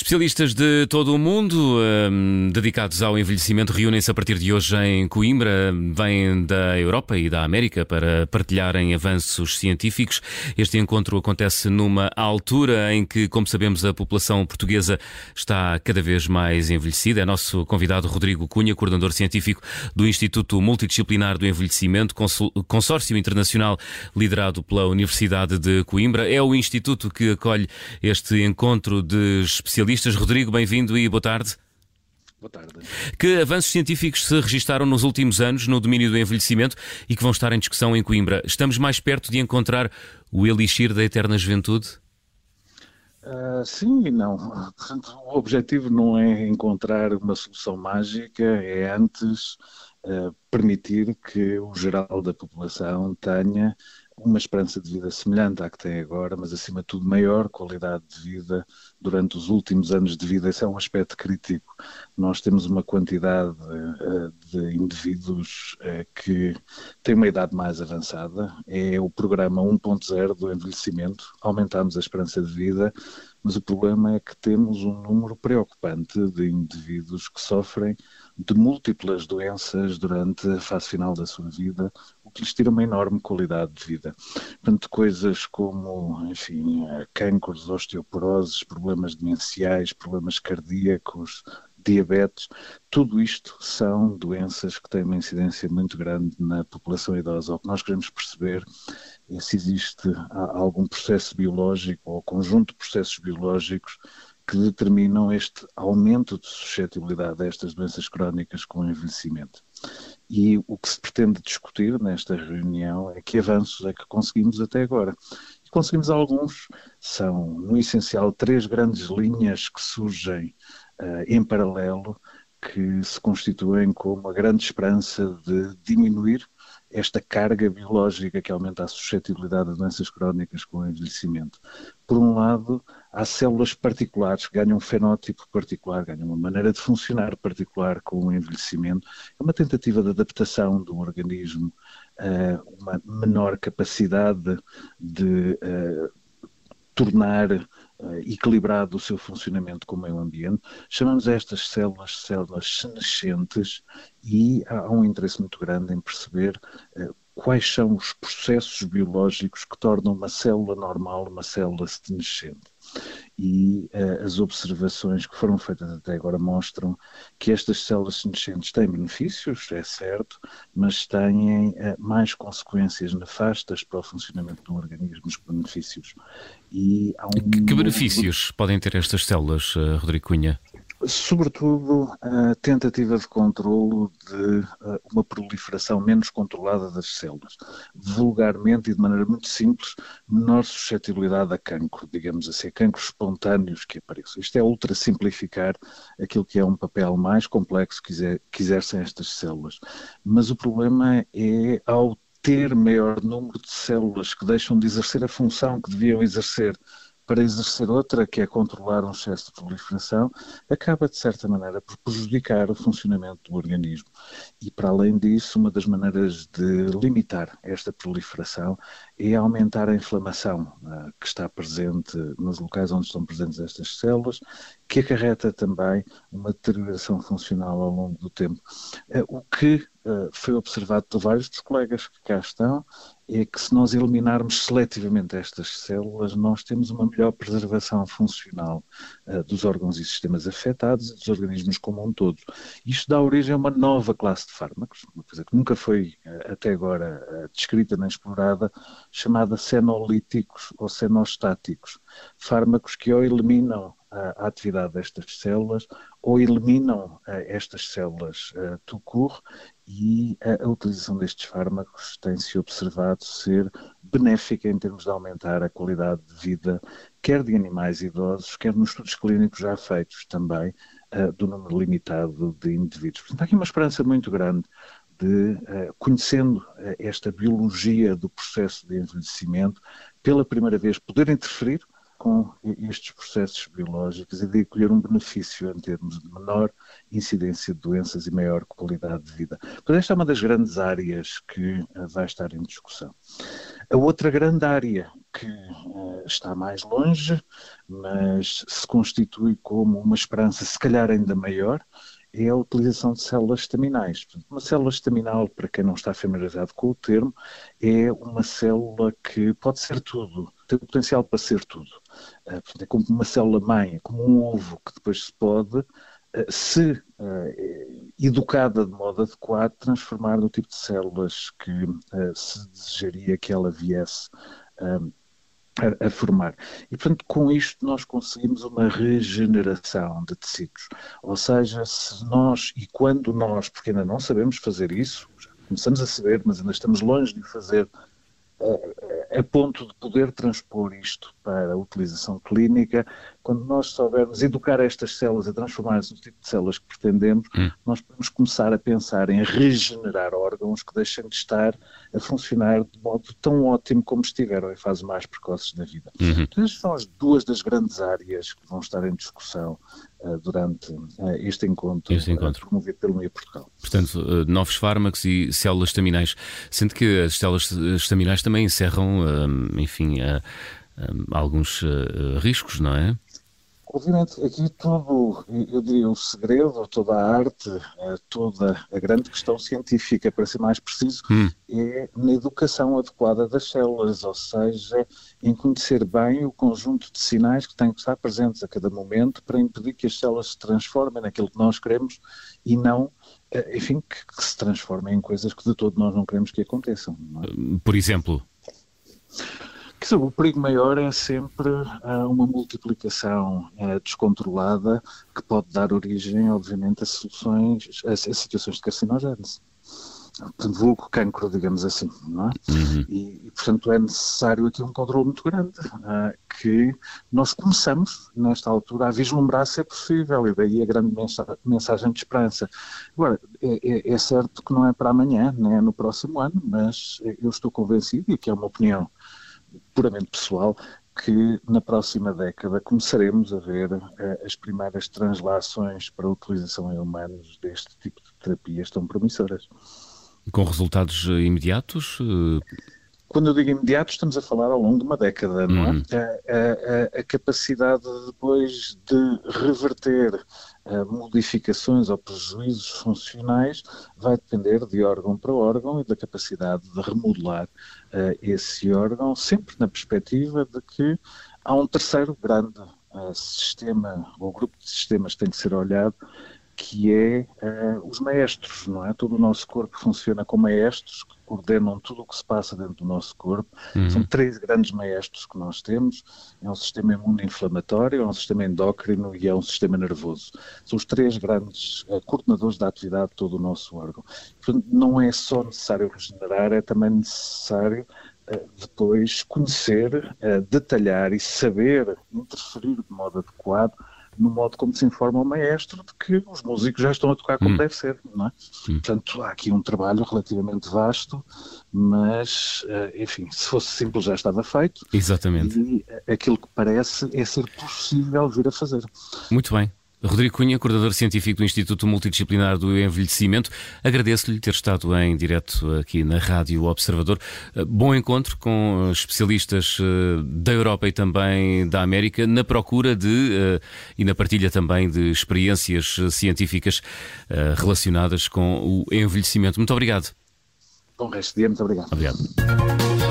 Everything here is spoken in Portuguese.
Especialistas de todo o mundo dedicados ao envelhecimento reúnem-se a partir de hoje em Coimbra, vêm da Europa e da América para partilharem avanços científicos. Este encontro acontece numa altura em que, como sabemos, a população portuguesa está cada vez mais envelhecida. É nosso convidado Rodrigo Cunha, coordenador científico do Instituto Multidisciplinar do Envelhecimento, consórcio internacional liderado pela Universidade de Coimbra. É o instituto que acolhe este encontro de especialistas. Rodrigo, bem-vindo e boa tarde. Boa tarde. Que avanços científicos se registaram nos últimos anos no domínio do envelhecimento e que vão estar em discussão em Coimbra? Estamos mais perto de encontrar o elixir da eterna juventude? Sim e não. Portanto, o objetivo não é encontrar uma solução mágica, é antes permitir que o geral da população tenha uma esperança de vida semelhante à que tem agora, mas acima de tudo maior qualidade de vida durante os últimos anos de vida. Esse é um aspecto crítico. Nós temos uma quantidade de indivíduos que têm uma idade mais avançada. É o programa 1.0 do envelhecimento. Aumentamos a esperança de vida, mas o problema é que temos um número preocupante de indivíduos que sofrem de múltiplas doenças durante a fase final da sua vida, o que lhes tira uma enorme qualidade de vida. Portanto, coisas como, enfim, cancros, osteoporoses, problemas demenciais, problemas cardíacos, diabetes, tudo isto são doenças que têm uma incidência muito grande na população idosa. O que nós queremos perceber é se existe algum processo biológico ou conjunto de processos biológicos que determinam este aumento de suscetibilidade a estas doenças crónicas com o envelhecimento. E o que se pretende discutir nesta reunião é que avanços é que conseguimos até agora. E conseguimos alguns, são no essencial 3 grandes linhas que surgem em paralelo, que se constituem como a grande esperança de diminuir esta carga biológica que aumenta a suscetibilidade a doenças crónicas com o envelhecimento. Por um lado, há células particulares que ganham um fenótipo particular, ganham uma maneira de funcionar particular com o envelhecimento. É uma tentativa de adaptação do organismo a uma menor capacidade de tornar equilibrado o seu funcionamento com o meio ambiente. Chamamos estas células senescentes e há um interesse muito grande em perceber quais são os processos biológicos que tornam uma célula normal uma célula senescente. E as observações que foram feitas até agora mostram que estas células senescentes têm benefícios, é certo, mas têm mais consequências nefastas para o funcionamento do organismo, os benefícios. E há que benefícios podem ter estas células, Rodrigo Cunha? Sobretudo a tentativa de controlo de uma proliferação menos controlada das células. Vulgarmente e de maneira muito simples, menor suscetibilidade a cancro, digamos assim, cancros espontâneos que apareçam. Isto é ultra simplificar aquilo que é um papel mais complexo que exercem estas células. Mas o problema é ao ter maior número de células que deixam de exercer a função que deviam exercer para exercer outra, que é controlar um excesso de proliferação, acaba, de certa maneira, por prejudicar o funcionamento do organismo. E, para além disso, uma das maneiras de limitar esta proliferação é aumentar a inflamação que está presente nos locais onde estão presentes estas células, que acarreta também uma deterioração funcional ao longo do tempo. O que foi observado por vários dos colegas que cá estão é que se nós eliminarmos seletivamente estas células, nós temos uma melhor preservação funcional dos órgãos e sistemas afetados e dos organismos como um todo. Isto dá origem a uma nova classe de fármacos, uma coisa que nunca foi até agora descrita nem explorada, chamada senolíticos ou senostáticos. Fármacos que ou eliminam a atividade destas células ou eliminam estas células tout court, e a utilização destes fármacos tem-se observado ser benéfica em termos de aumentar a qualidade de vida, quer de animais idosos, quer nos estudos clínicos já feitos também, do número limitado de indivíduos. Portanto, há aqui uma esperança muito grande de, conhecendo esta biologia do processo de envelhecimento, pela primeira vez poder interferir com estes processos biológicos e de colher um benefício em termos de menor incidência de doenças e maior qualidade de vida. Portanto, esta é uma das grandes áreas que vai estar em discussão. A outra grande área que está mais longe, mas se constitui como uma esperança se calhar ainda maior, é a utilização de células estaminais. Uma célula estaminal, para quem não está familiarizado com o termo, é uma célula que pode ser tudo, tem o potencial para ser tudo. É como uma célula-mãe, como um ovo que depois se pode, se educada de modo adequado, transformar no tipo de células que se desejaria que ela viesse a formar. E, portanto, com isto nós conseguimos uma regeneração de tecidos. Ou seja, se nós, e quando nós, porque ainda não sabemos fazer isso, já começamos a saber, mas ainda estamos longe de fazer, a ponto de poder transpor isto para a utilização clínica, quando nós soubermos educar estas células a transformar-se no tipo de células que pretendemos, nós podemos começar a pensar em regenerar órgãos que deixem de estar a funcionar de modo tão ótimo como estiveram em fases mais precoces da vida. Então, estas são as duas das grandes áreas que vão estar em discussão durante este encontro promovido pelo MIA Portugal. Portanto, novos fármacos e células estaminais. Sendo que as células estaminais também encerram, alguns riscos, não é? Obviamente, aqui todo, eu diria, o segredo, toda a arte, toda a grande questão científica, para ser mais preciso, é na educação adequada das células, ou seja, em conhecer bem o conjunto de sinais que têm que estar presentes a cada momento para impedir que as células se transformem naquilo que nós queremos e não, enfim, que se transformem em coisas que de todo nós não queremos que aconteçam. Não é? Por exemplo? O perigo maior é sempre uma multiplicação descontrolada que pode dar origem, obviamente, a situações de carcinogénese. Vulgo cancro, digamos assim, não é? E, portanto, é necessário aqui um controle muito grande, que nós começamos, nesta altura, a vislumbrar se é possível, e daí a grande mensagem de esperança. Agora, é certo que não é para amanhã, nem é no próximo ano, mas eu estou convencido, e aqui é uma opinião puramente pessoal, que na próxima década começaremos a ver as primeiras translações para a utilização em humanos deste tipo de terapias tão promissoras. Com resultados imediatos? Quando eu digo imediato, estamos a falar ao longo de uma década, não é? A capacidade depois de reverter modificações ou prejuízos funcionais vai depender de órgão para órgão e da capacidade de remodelar esse órgão, sempre na perspectiva de que há um terceiro grande sistema, ou grupo de sistemas que tem que ser olhado, que é os maestros, não é? Todo o nosso corpo funciona com maestros que coordenam tudo o que se passa dentro do nosso corpo. São 3 grandes maestros que nós temos. É um sistema imunoinflamatório, é um sistema endócrino e é um sistema nervoso. São os 3 grandes coordenadores da atividade de todo o nosso órgão. Portanto, não é só necessário regenerar, é também necessário depois conhecer, detalhar e saber interferir de modo adequado no modo como se informa o maestro de que os músicos já estão a tocar como deve ser, não é? Portanto, há aqui um trabalho relativamente vasto, mas, enfim, se fosse simples já estava feito. Exatamente. E aquilo que parece é ser possível vir a fazer. Muito bem. Rodrigo Cunha, coordenador científico do Instituto Multidisciplinar do Envelhecimento, agradeço-lhe ter estado em direto aqui na Rádio Observador. Bom encontro com especialistas da Europa e também da América na procura de e na partilha também de experiências científicas relacionadas com o envelhecimento. Muito obrigado. Bom resto de dia, muito obrigado. Obrigado.